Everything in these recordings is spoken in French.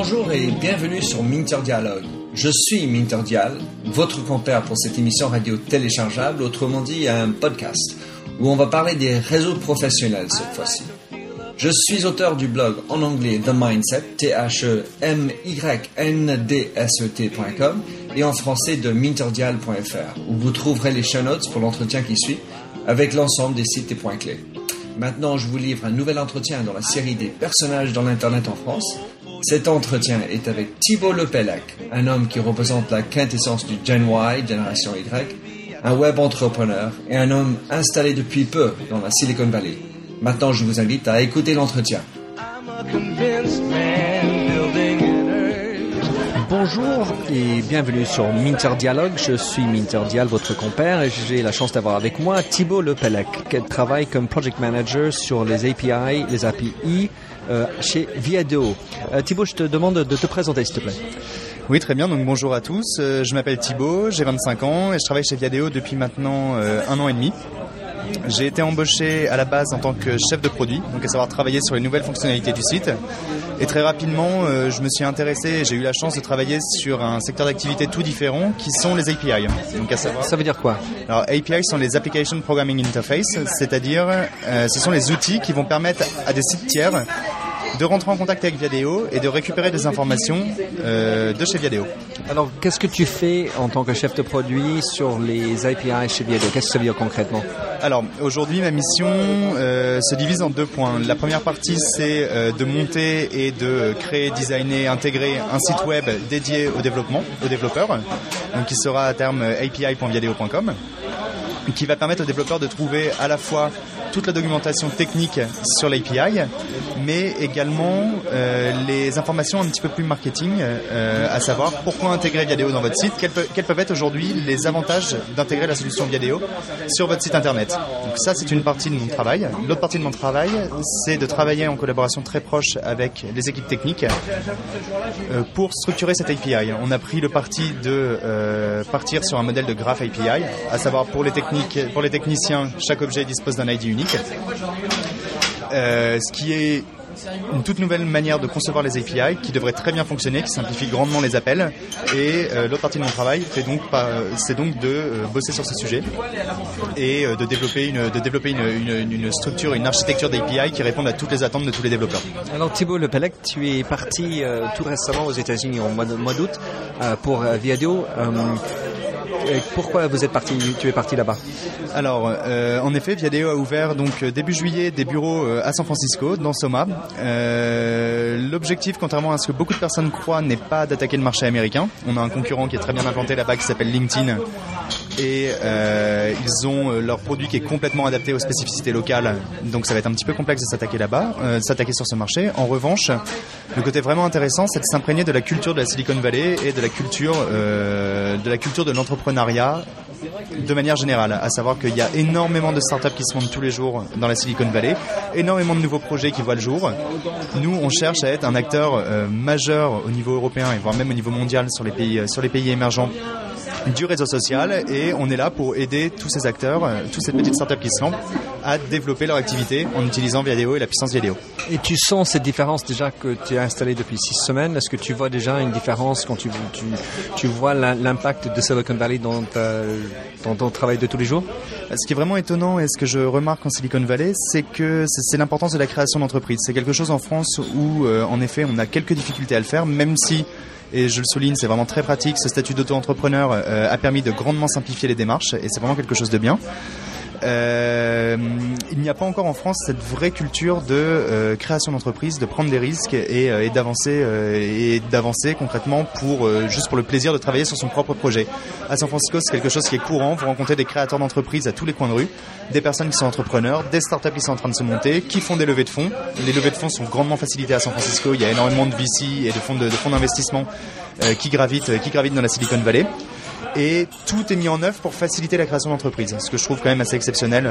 Bonjour et bienvenue sur Minter Dialogue. Je suis Minter Dial, votre compère pour cette émission radio téléchargeable, autrement dit un podcast, où on va parler des réseaux professionnels cette fois-ci. Je suis auteur du blog en anglais The Mindset, TheMyndset.com et en français de minterdial.fr, où vous trouverez les show notes pour l'entretien qui suit, avec l'ensemble des sites et points clés. Maintenant, je vous livre un nouvel entretien dans la série des personnages dans l'Internet en France. Cet entretien est avec Thibault Lepellec, un homme qui représente la quintessence du Gen Y, génération Y, un web entrepreneur et un homme installé depuis peu dans la Silicon Valley. Maintenant, je vous invite à écouter l'entretien. Bonjour et bienvenue sur Minter Dialogue. Je suis Minter Dial, votre compère, et j'ai la chance d'avoir avec moi Thibault Lepellec, qui travaille comme Project Manager sur les API, chez Viadeo. Thibault, je te demande de te présenter, s'il te plaît. Oui, très bien. Donc bonjour à tous. Je m'appelle Thibault, j'ai 25 ans et je travaille chez Viadeo depuis maintenant 1 an et demi. J'ai été embauché à la base en tant que chef de produit, donc à savoir travailler sur les nouvelles fonctionnalités du site. Et très rapidement, je me suis intéressé et j'ai eu la chance de travailler sur un secteur d'activité tout différent qui sont les API. Donc à savoir... Ça veut dire quoi ? Alors API sont les Application Programming Interface, c'est-à-dire ce sont les outils qui vont permettre à des sites tiers de rentrer en contact avec Viadeo et de récupérer des informations de chez Viadeo. Alors, qu'est-ce que tu fais en tant que chef de produit sur les API chez Viadeo ? Qu'est-ce que ça veut dire concrètement ? Alors, aujourd'hui, ma mission se divise en 2 points. La première partie, c'est de monter et de créer, designer, intégrer un site web dédié au développement, aux développeurs, donc qui sera à terme api.viadeo.com, qui va permettre aux développeurs de trouver à la fois toute la documentation technique sur l'API, mais également les informations un petit peu plus marketing, à savoir pourquoi intégrer Viadeo dans votre site, quels peuvent être aujourd'hui les avantages d'intégrer la solution Viadeo sur votre site internet. Donc ça, c'est une partie de mon travail. L'autre partie de mon travail, c'est de travailler en collaboration très proche avec les équipes techniques pour structurer cette API. On a pris le parti de partir sur un modèle de graph API, à savoir pour les techniciens, chaque objet dispose d'un ID unique. Ce qui est une toute nouvelle manière de concevoir les API qui devrait très bien fonctionner, qui simplifie grandement les appels. Et l'autre partie de mon travail c'est donc de bosser sur ce sujet et de développer une structure, une architecture d'API qui répondent à toutes les attentes de tous les développeurs. Alors Thibault Lepellec, tu es parti tout récemment aux États-Unis au mois d'août pour Viadeo. Pourquoi tu es parti là-bas ? Alors, en effet, Viadeo a ouvert donc début juillet des bureaux à San Francisco, dans Soma. L'objectif, contrairement à ce que beaucoup de personnes croient, n'est pas d'attaquer le marché américain. On a un concurrent qui est très bien implanté là-bas qui s'appelle LinkedIn. Et ils ont leur produit qui est complètement adapté aux spécificités locales. Donc ça va être un petit peu complexe de s'attaquer là-bas, s'attaquer sur ce marché. En revanche, le côté vraiment intéressant, c'est de s'imprégner de la culture de la Silicon Valley et de la culture de l'entrepreneuriat de manière générale, à savoir qu'il y a énormément de startups qui se montent tous les jours dans la Silicon Valley, énormément de nouveaux projets qui voient le jour. Nous, on cherche à être un acteur majeur au niveau européen et voire même au niveau mondial sur les pays émergents du réseau social, et on est là pour aider tous ces acteurs, toutes ces petites startups qui se lancent à développer leur activité en utilisant Viadeo et la puissance Viadeo. Et tu sens cette différence déjà que tu es installé depuis 6 semaines. Est-ce que tu vois déjà une différence quand tu vois l'impact de Silicon Valley dans ton travail de tous les jours ? Ce qui est vraiment étonnant et ce que je remarque en Silicon Valley, c'est que c'est l'importance de la création d'entreprise. C'est quelque chose en France où, en effet, on a quelques difficultés à le faire, même si, et je le souligne, c'est vraiment très pratique, ce statut d'auto-entrepreneur a permis de grandement simplifier les démarches et c'est vraiment quelque chose de bien. Il n'y a pas encore en France cette vraie culture de création d'entreprise, de prendre des risques et d'avancer concrètement juste pour le plaisir de travailler sur son propre projet. À San Francisco, c'est quelque chose qui est courant. Vous rencontrez des créateurs d'entreprises à tous les coins de rue, des personnes qui sont entrepreneurs, des startups qui sont en train de se monter, qui font des levées de fonds. Les levées de fonds sont grandement facilitées à San Francisco. Il y a énormément de VC et de fonds d'investissement qui gravitent dans la Silicon Valley. et tout est mis en œuvre pour faciliter la création d'entreprises, ce que je trouve quand même assez exceptionnel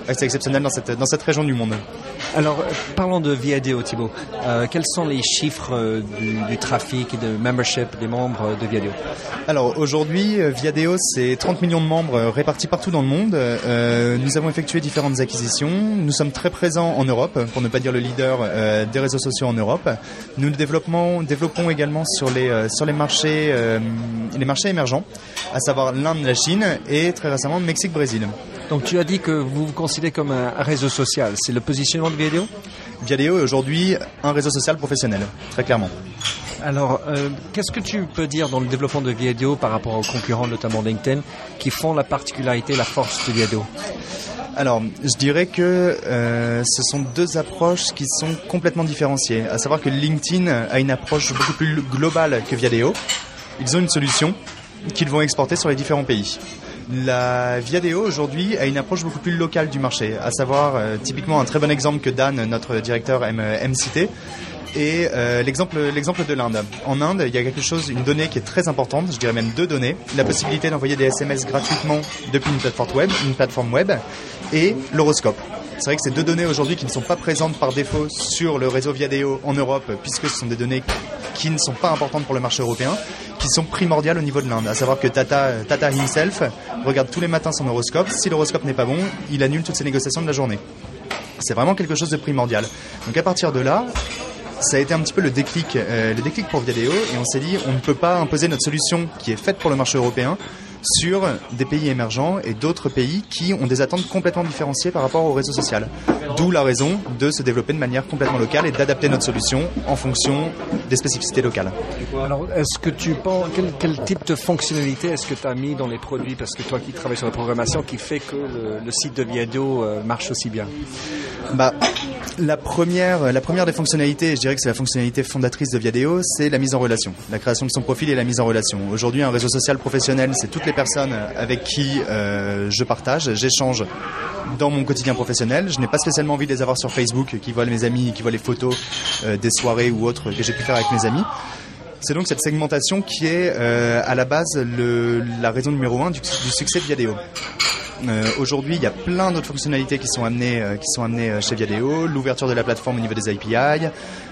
dans cette région du monde. Alors, parlons de Viadeo, Thibaut. Quels sont les chiffres du trafic et de membership des membres de Viadeo? Alors, aujourd'hui, Viadeo, c'est 30 millions de membres répartis partout dans le monde. Nous avons effectué différentes acquisitions. Nous sommes très présents en Europe, pour ne pas dire le leader des réseaux sociaux en Europe. Nous développons également sur les marchés émergents, à savoir l'Inde, la Chine et très récemment le Mexique, Brésil. Donc tu as dit que vous vous considérez comme un réseau social. C'est le positionnement de Viadeo? Viadeo est aujourd'hui un réseau social professionnel, très clairement. Alors, qu'est-ce que tu peux dire dans le développement de Viadeo par rapport aux concurrents, notamment LinkedIn, qui font la particularité, la force de Viadeo? Alors, je dirais que ce sont deux approches qui sont complètement différenciées. À savoir que LinkedIn a une approche beaucoup plus globale que Viadeo. Ils ont une solution qu'ils vont exporter sur les différents pays. La Viadeo aujourd'hui a une approche beaucoup plus locale du marché, à savoir typiquement un très bon exemple que Dan, notre directeur, aime citer, et l'exemple de l'Inde. En Inde, il y a une donnée qui est très importante, je dirais même deux données, la possibilité d'envoyer des SMS gratuitement depuis une plateforme web et l'horoscope. C'est vrai que ces deux données aujourd'hui qui ne sont pas présentes par défaut sur le réseau Viadeo en Europe, puisque ce sont des données qui ne sont pas importantes pour le marché européen, qui sont primordiales au niveau de l'Inde. À savoir que Tata himself regarde tous les matins son horoscope. Si l'horoscope n'est pas bon, il annule toutes ses négociations de la journée. C'est vraiment quelque chose de primordial. Donc à partir de là, ça a été un petit peu le déclic pour Viadeo, et on s'est dit on ne peut pas imposer notre solution qui est faite pour le marché européen sur des pays émergents et d'autres pays qui ont des attentes complètement différenciées par rapport au réseau social. D'où la raison de se développer de manière complètement locale et d'adapter notre solution en fonction des spécificités locales. Alors, est-ce que tu penses, quel type de fonctionnalité est-ce que tu as mis dans les produits, parce que toi qui travailles sur la programmation, qui fait que le site de Viadeo marche aussi bien? La première des fonctionnalités, je dirais que c'est la fonctionnalité fondatrice de Viadeo, c'est la mise en relation. La création de son profil et la mise en relation. Aujourd'hui, un réseau social professionnel, c'est toutes les personnes avec qui j'échange dans mon quotidien professionnel. Je n'ai pas spécialement envie de les avoir sur Facebook, qui voient mes amis, qui voient les photos des soirées ou autres que j'ai pu faire avec mes amis. C'est donc cette segmentation qui est à la base la raison numéro 1 du succès de Viadeo. Aujourd'hui, il y a plein d'autres fonctionnalités qui sont amenées chez Viadeo, l'ouverture de la plateforme au niveau des API,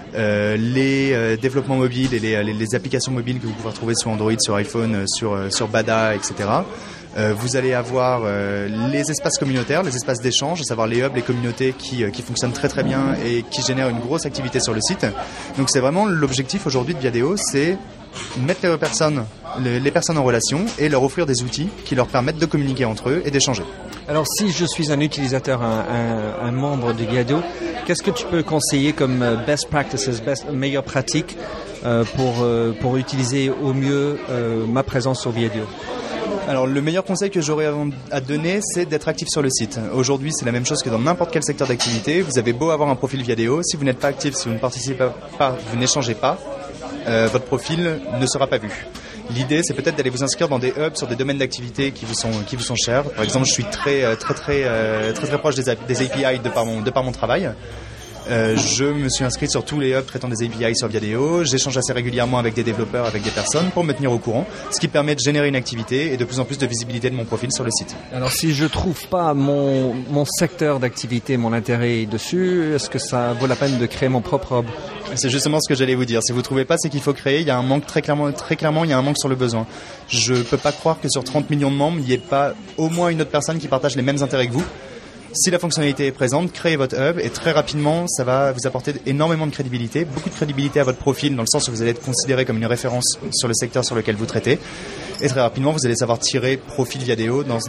les développements mobiles et les applications mobiles que vous pouvez retrouver sur Android, sur iPhone, sur Bada, etc. Vous allez avoir les espaces communautaires, les espaces d'échange, à savoir les hubs, les communautés qui fonctionnent très très bien et qui génèrent une grosse activité sur le site. Donc c'est vraiment l'objectif aujourd'hui de Viadeo, c'est mettre les personnes en relation et leur offrir des outils qui leur permettent de communiquer entre eux et d'échanger. Alors si je suis un utilisateur, un membre de Viadeo, qu'est-ce que tu peux conseiller comme best practices, meilleures pratiques pour utiliser au mieux ma présence sur Viadeo? Alors le meilleur conseil que j'aurais à donner, c'est d'être actif sur le site. Aujourd'hui, c'est la même chose que dans n'importe quel secteur d'activité. Vous avez beau avoir un profil Viadeo, si vous n'êtes pas actif, si vous ne participez pas, vous n'échangez pas, votre profil ne sera pas vu. L'idée, c'est peut-être d'aller vous inscrire dans des hubs sur des domaines d'activité qui vous sont chers. Par exemple, je suis très proche des API de par mon travail. Je me suis inscrit sur tous les hubs traitant des API sur Viadeo. J'échange assez régulièrement avec des développeurs, avec des personnes pour me tenir au courant, ce qui permet de générer une activité et de plus en plus de visibilité de mon profil sur le site. Alors si je trouve pas mon secteur d'activité, mon intérêt dessus, est-ce que ça vaut la peine de créer mon propre hub? C'est justement ce que j'allais vous dire. Si vous trouvez pas, c'est qu'il faut créer. Il y a un manque très clairement, il y a un manque sur le besoin. Je peux pas croire que sur 30 millions de membres, il n'y ait pas au moins une autre personne qui partage les mêmes intérêts que vous. Si la fonctionnalité est présente, créez votre hub et très rapidement, ça va vous apporter énormément de crédibilité, beaucoup de crédibilité à votre profil dans le sens où vous allez être considéré comme une référence sur le secteur sur lequel vous traitez. Et très rapidement, vous allez savoir tirer profil Viadeo dans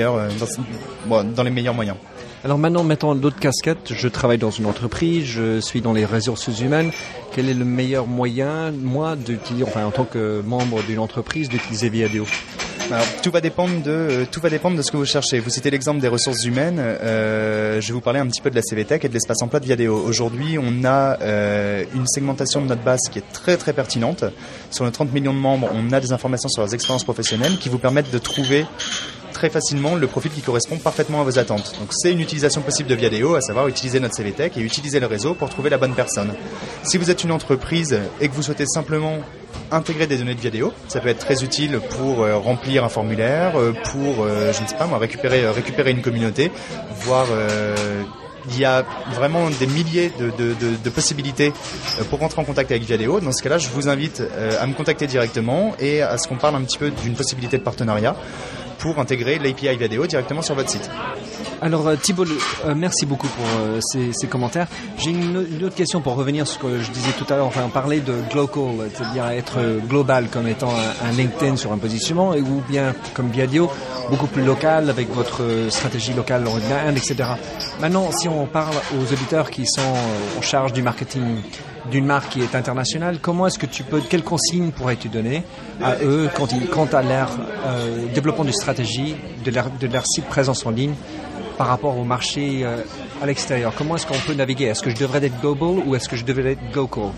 les meilleurs moyens. Alors maintenant, mettons d'autres casquettes. Je travaille dans une entreprise, je suis dans les ressources humaines. Quel est le meilleur moyen, moi, d'utiliser, en tant que membre d'une entreprise, d'utiliser Viadeo? Alors, tout va dépendre de ce que vous cherchez. Vous citez l'exemple des ressources humaines. Je vais vous parler un petit peu de la CVTech et de l'espace emploi de Viadeo. Aujourd'hui, on a une segmentation de notre base qui est très très pertinente. Sur nos 30 millions de membres, on a des informations sur leurs expériences professionnelles qui vous permettent de trouver très facilement le profil qui correspond parfaitement à vos attentes. Donc c'est une utilisation possible de Viadeo, à savoir utiliser notre CVTech et utiliser le réseau pour trouver la bonne personne. Si vous êtes une entreprise et que vous souhaitez simplement intégrer des données de Viadeo. Ça peut être très utile pour remplir un formulaire, pour, je ne sais pas moi, récupérer une communauté, voire... il y a vraiment des milliers de possibilités pour rentrer en contact avec Viadeo. Dans ce cas-là, je vous invite à me contacter directement et à ce qu'on parle un petit peu d'une possibilité de partenariat pour intégrer l'API Viadeo directement sur votre site. Alors Thibault, merci beaucoup pour ces commentaires. J'ai une autre question pour revenir sur ce que je disais tout à l'heure. Enfin, parler de global, c'est-à-dire être global comme étant un LinkedIn sur un positionnement, ou bien comme Viadeo, beaucoup plus local avec votre stratégie locale en Inde, etc. Maintenant, si on parle aux auditeurs qui sont en charge du marketing d'une marque qui est internationale, comment est-ce que quelles consignes pourrais-tu donner à eux quant à leur développement de stratégie, de leur site présence en ligne par rapport au marché à l'extérieur? Comment est-ce qu'on peut naviguer? Est-ce que je devrais être global ou est-ce que je devrais être local?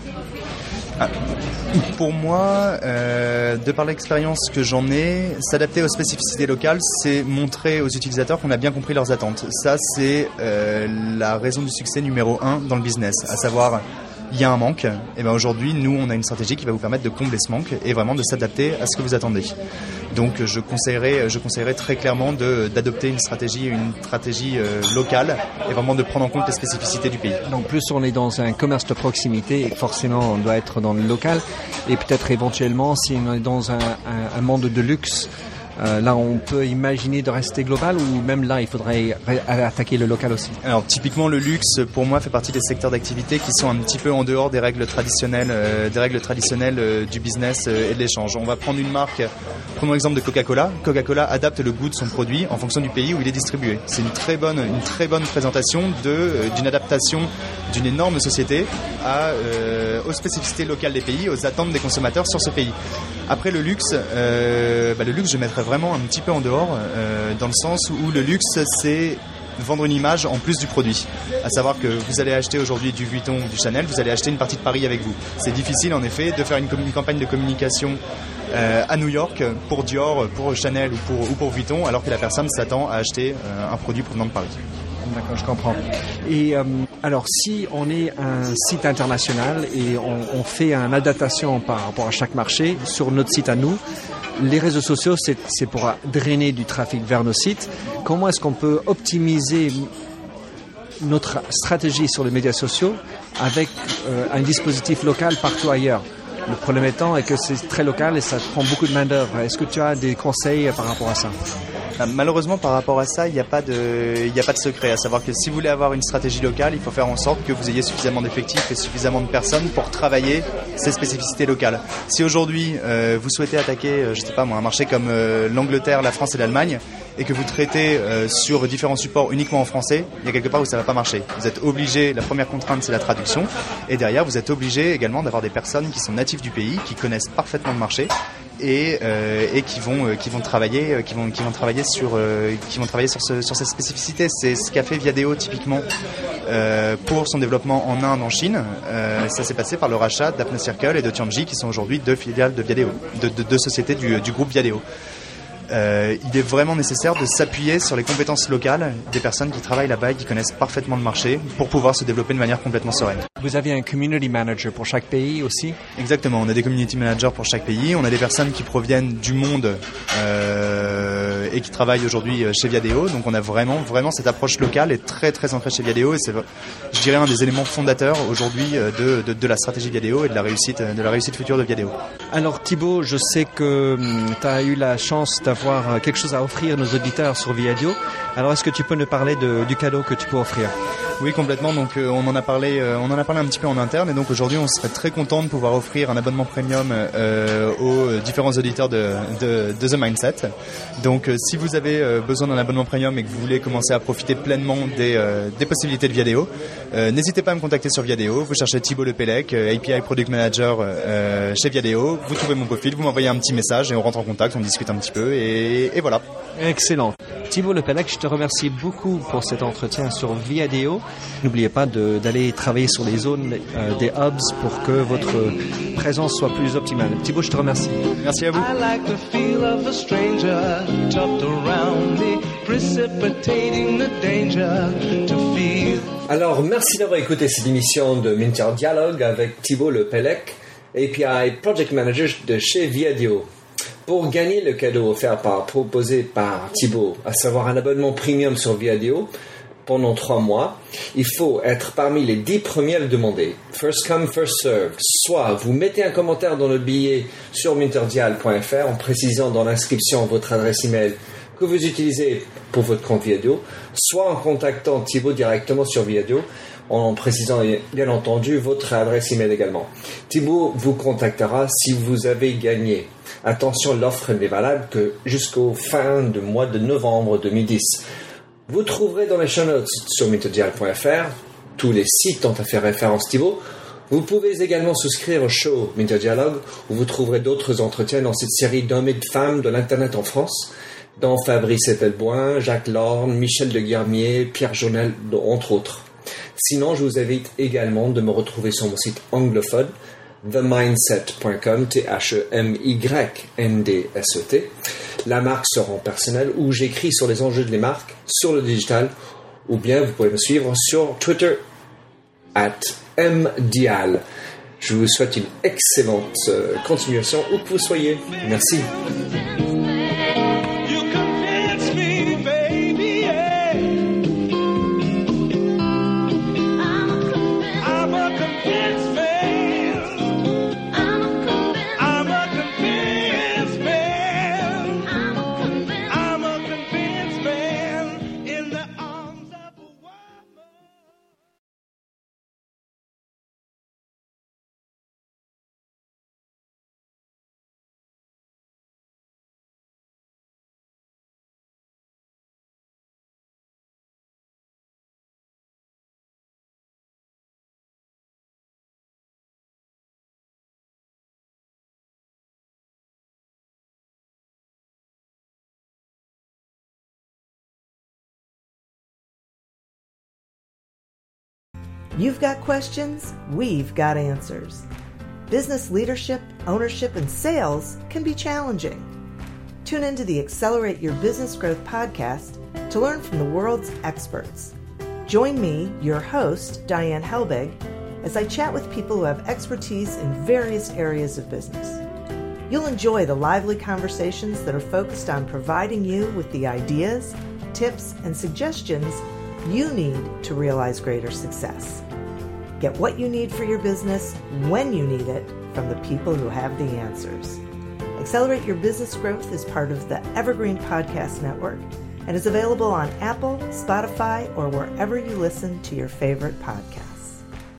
Pour moi, de par l'expérience que j'en ai, s'adapter aux spécificités locales, c'est montrer aux utilisateurs qu'on a bien compris leurs attentes. Ça, c'est la raison du succès numéro 1 dans le business, à savoir... il y a un manque, et bien aujourd'hui, nous, on a une stratégie qui va vous permettre de combler ce manque et vraiment de s'adapter à ce que vous attendez. Donc, je conseillerais très clairement d'adopter une stratégie locale et vraiment de prendre en compte les spécificités du pays. Donc, plus on est dans un commerce de proximité, forcément, on doit être dans le local, et peut-être éventuellement, si on est dans un monde de luxe, là, on peut imaginer de rester global, ou même là, il faudrait attaquer le local aussi? Alors, typiquement, le luxe, pour moi, fait partie des secteurs d'activité qui sont un petit peu en dehors des règles traditionnelles du business et de l'échange. On va prendre une marque, prenons l'exemple de Coca-Cola. Coca-Cola adapte le goût de son produit en fonction du pays où il est distribué. C'est une très bonne présentation d'une adaptation d'une énorme société aux spécificités locales des pays, aux attentes des consommateurs sur ce pays. Après, le luxe, je mettrais vraiment un petit peu en dehors, dans le sens où le luxe, c'est vendre une image en plus du produit. À savoir que vous allez acheter aujourd'hui du Vuitton ou du Chanel, vous allez acheter une partie de Paris avec vous. C'est difficile, en effet, de faire une campagne de communication à New York pour Dior, pour Chanel ou pour Vuitton, alors que la personne s'attend à acheter un produit provenant de Paris. D'accord, je comprends. Et alors, si on est un site international et on fait une adaptation par rapport à chaque marché sur notre site à nous, les réseaux sociaux, c'est pour drainer du trafic vers nos sites. Comment est-ce qu'on peut optimiser notre stratégie sur les médias sociaux avec un dispositif local partout ailleurs? Le problème étant est que c'est très local et ça prend beaucoup de main-d'œuvre. Est-ce que tu as des conseils par rapport à ça? Malheureusement, par rapport à ça, il n'y a pas de secret. À savoir que si vous voulez avoir une stratégie locale, il faut faire en sorte que vous ayez suffisamment d'effectifs et suffisamment de personnes pour travailler ces spécificités locales. Si aujourd'hui, vous souhaitez attaquer, un marché comme l'Angleterre, la France et l'Allemagne, et que vous traitez sur différents supports uniquement en français, il y a quelque part où ça ne va pas marcher. Vous êtes obligé, la première contrainte, c'est la traduction. Et derrière, vous êtes obligé également d'avoir des personnes qui sont natives du pays, qui connaissent parfaitement le marché, et qui vont travailler sur ces spécificités. C'est ce qu'a fait Viadeo typiquement pour son développement en Inde, en Chine. Ça s'est passé par le rachat d'Apna Circle et de Tianji, qui sont aujourd'hui deux filiales de Viadeo, deux sociétés du groupe Viadeo. Il est vraiment nécessaire de s'appuyer sur les compétences locales des personnes qui travaillent là-bas et qui connaissent parfaitement le marché pour pouvoir se développer de manière complètement sereine. Vous avez un community manager pour chaque pays aussi? Exactement, on a des community managers pour chaque pays, on a des personnes qui proviennent du monde et qui travaillent aujourd'hui chez Viadeo, donc on a vraiment cette approche locale et très très ancrée chez Viadeo, et c'est, je dirais, un des éléments fondateurs aujourd'hui de la stratégie Viadeo et de la réussite future de Viadeo. Alors Thibault, je sais que tu as eu la chance d'avoir quelque chose à offrir à nos auditeurs sur Viadeo. Alors est-ce que tu peux nous parler du cadeau que tu peux offrir? Oui, complètement. Donc on en a parlé un petit peu en interne, et donc aujourd'hui on serait très content de pouvoir offrir un abonnement premium aux différents auditeurs de The Mindset. Donc si vous avez besoin d'un abonnement premium et que vous voulez commencer à profiter pleinement des possibilités de Viadeo, n'hésitez pas à me contacter sur Viadeo. Vous cherchez Thibault Lepellec, API Product Manager chez Viadeo. Vous trouvez mon profil, vous m'envoyez un petit message et on rentre en contact, on discute un petit peu et voilà. Excellent. Thibault Lepellec, je te remercie beaucoup pour cet entretien sur Viadeo. N'oubliez pas d'aller travailler sur les zones des hubs pour que votre présence soit plus optimale. Thibault, je te remercie. Merci à vous. Alors, merci d'avoir écouté cette émission de Minter Dialogue avec Thibault Lepellec. API Project Manager de chez Viadio. Pour gagner le cadeau offert proposé par Thibaut, à savoir un abonnement premium sur Viadio pendant 3 mois, il faut être parmi les 10 premiers à le demander. First come, first served. Soit vous mettez un commentaire dans le billet sur minterdial.fr en précisant dans l'inscription votre adresse email que vous utilisez pour votre compte Viadio, soit en contactant Thibaut directement sur Viadio en précisant bien entendu votre adresse email également. Thibaut vous contactera si vous avez gagné. Attention, l'offre n'est valable que jusqu'au fin du mois de novembre 2010. Vous trouverez dans les show notes sur minterdial.fr tous les sites dont a fait référence Thibaut. Vous pouvez également souscrire au show Minter Dialogue où vous trouverez d'autres entretiens dans cette série d'hommes et de femmes de l'Internet en France, dont Fabrice Ettelboin, Jacques Lorne, Michel de Guermier, Pierre Jonel, entre autres. Sinon, je vous invite également de me retrouver sur mon site anglophone themindset.com, TheMyNDSET. La marque se rend personnelle où j'écris sur les enjeux de les marques, sur le digital, ou bien vous pouvez me suivre sur Twitter @mdial. Je vous souhaite une excellente continuation où que vous soyez. Merci. You've got questions, we've got answers. Business leadership, ownership, and sales can be challenging. Tune into the Accelerate Your Business Growth podcast to learn from the world's experts. Join me, your host, Diane Helbig, as I chat with people who have expertise in various areas of business. You'll enjoy the lively conversations that are focused on providing you with the ideas, tips, and suggestions you need to realize greater success. Get what you need for your business when you need it from the people who have the answers. Accelerate Your Business Growth is part of the Evergreen Podcast Network and is available on Apple, Spotify, or wherever you listen to your favorite podcasts.